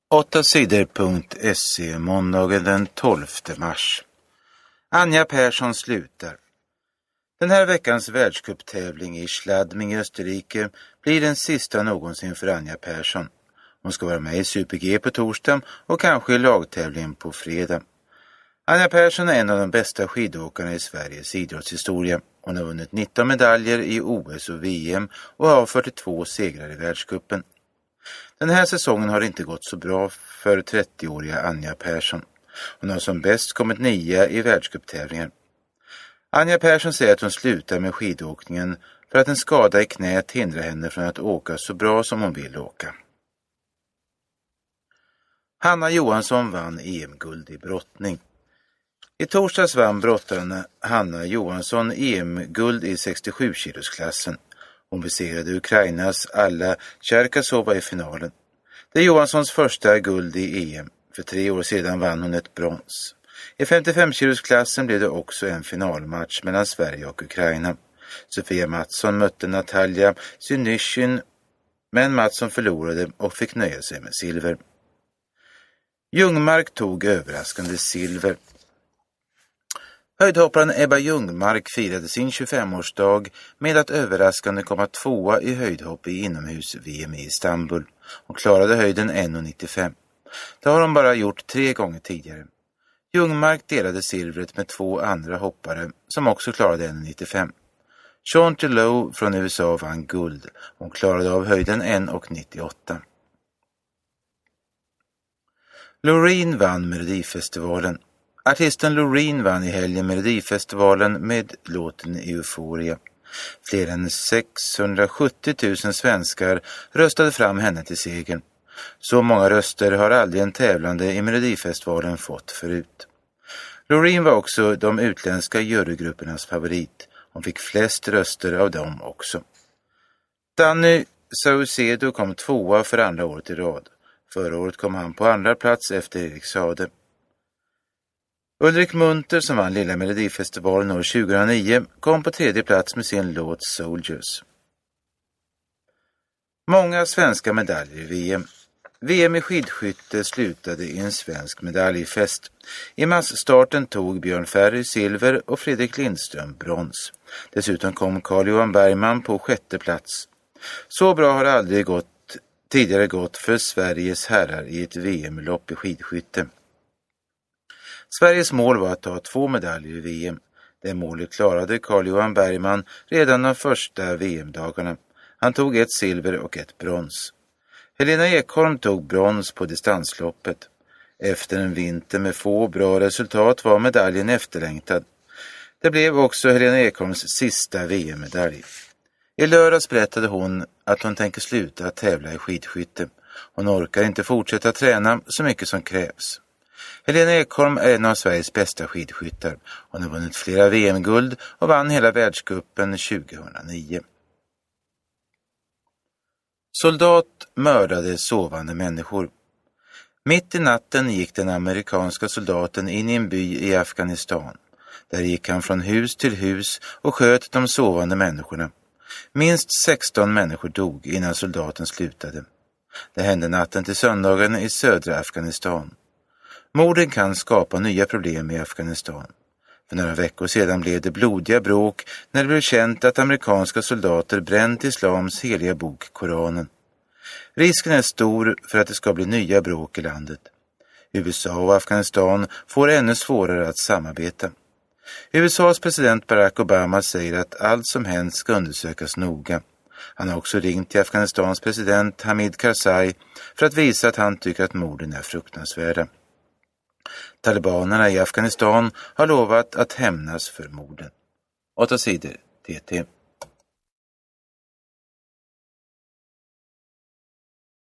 8sidor.se måndagen den 12 mars. Anja Persson slutar. Den här veckans världscuptävling i sladdming i Österrike blir den sista någonsin för Anja Persson. Hon ska vara med i Super-G på torsdag och kanske i lagtävlingen på fredag. Anja Persson är en av de bästa skidåkarna i Sveriges idrottshistoria. Hon har vunnit 19 medaljer i OS och VM och har 42 segrar i världscupen. Den här säsongen har inte gått så bra för 30-åriga Anja Persson. Hon har som bäst kommit 9 i världscuptävlingar. Anja Persson säger att hon slutar med skidåkningen för att en skada i knät hindrar henne från att åka så bra som hon vill åka. Hanna Johansson vann EM-guld i brottning. I torsdags vann brottaren Hanna Johansson EM-guld i 67-kilosklassen. Hon besegrade Ukrainas Alla Cherkasova i finalen. Det är Johanssons första guld i EM. För 3 år sedan vann hon ett brons. I 55-kilosklassen blev det också en finalmatch mellan Sverige och Ukraina. Sofia Mattsson mötte Natalia Synyshin, men Mattsson förlorade och fick nöja sig med silver. Ljungmark tog överraskande silver. Höjdhopparen Ebba Ljungmark firade sin 25-årsdag med att överraskande komma 2 i höjdhopp i inomhus-VM i Istanbul. Hon klarade höjden 1,95. Det har hon bara gjort 3 gånger tidigare. Ljungmark delade silvret med 2 andra hoppare som också klarade 1,95. Chanty Lowe från USA vann guld. Hon klarade av höjden 1,98. Loreen vann Melodifestivalen. Artisten Loreen vann i helgen Melodifestivalen med låten Euphoria. Fler än 670 000 svenskar röstade fram henne till segern. Så många röster har aldrig en tävlande i Melodifestivalen fått förut. Loreen var också de utländska jurygruppernas favorit. Hon fick flest röster av dem också. Danny Saucedo kom 2 för andra året i rad. Förra året kom han på andra plats efter Erik Saade. Ulrik Munter, som vann Lilla Melodifestivalen år 2009, kom på 3:e plats med sin låt Soldiers. Många svenska medaljer i VM. VM i skidskytte slutade i en svensk medaljfest. I massstarten tog Björn Ferry silver och Fredrik Lindström brons. Dessutom kom Carl-Johan Bergman på 6:e plats. Så bra har aldrig tidigare gått för Sveriges herrar i ett VM-lopp i skidskytte. Sveriges mål var att ta 2 medaljer i VM. Det målet klarade Carl-Johan Bergman redan de första VM-dagarna. Han tog 1 silver och 1 brons. Helena Ekholm tog brons på distansloppet. Efter en vinter med få bra resultat var medaljen efterlängtad. Det blev också Helena Ekholms sista VM-medalj. I lördags berättade hon att hon tänker sluta att tävla i skidskytte. Hon orkar inte fortsätta träna så mycket som krävs. Helena Ekholm är en av Sveriges bästa skidskyttar. Hon har vunnit flera VM-guld och vann hela världscupen 2009. Soldat mördade sovande människor. Mitt i natten gick den amerikanska soldaten in i en by i Afghanistan. Där gick han från hus till hus och sköt de sovande människorna. Minst 16 människor dog innan soldaten slutade. Det hände natten till söndagen i södra Afghanistan. Morden kan skapa nya problem i Afghanistan. För några veckor sedan blev det blodiga bråk när det blev känt att amerikanska soldater bränt islams heliga bok Koranen. Risken är stor för att det ska bli nya bråk i landet. USA och Afghanistan får ännu svårare att samarbeta. USAs president Barack Obama säger att allt som hänt ska undersökas noga. Han har också ringt till Afghanistans president Hamid Karzai för att visa att han tycker att morden är fruktansvärda. Talibanerna i Afghanistan har lovat att hämnas för morden. 8 sidor TT.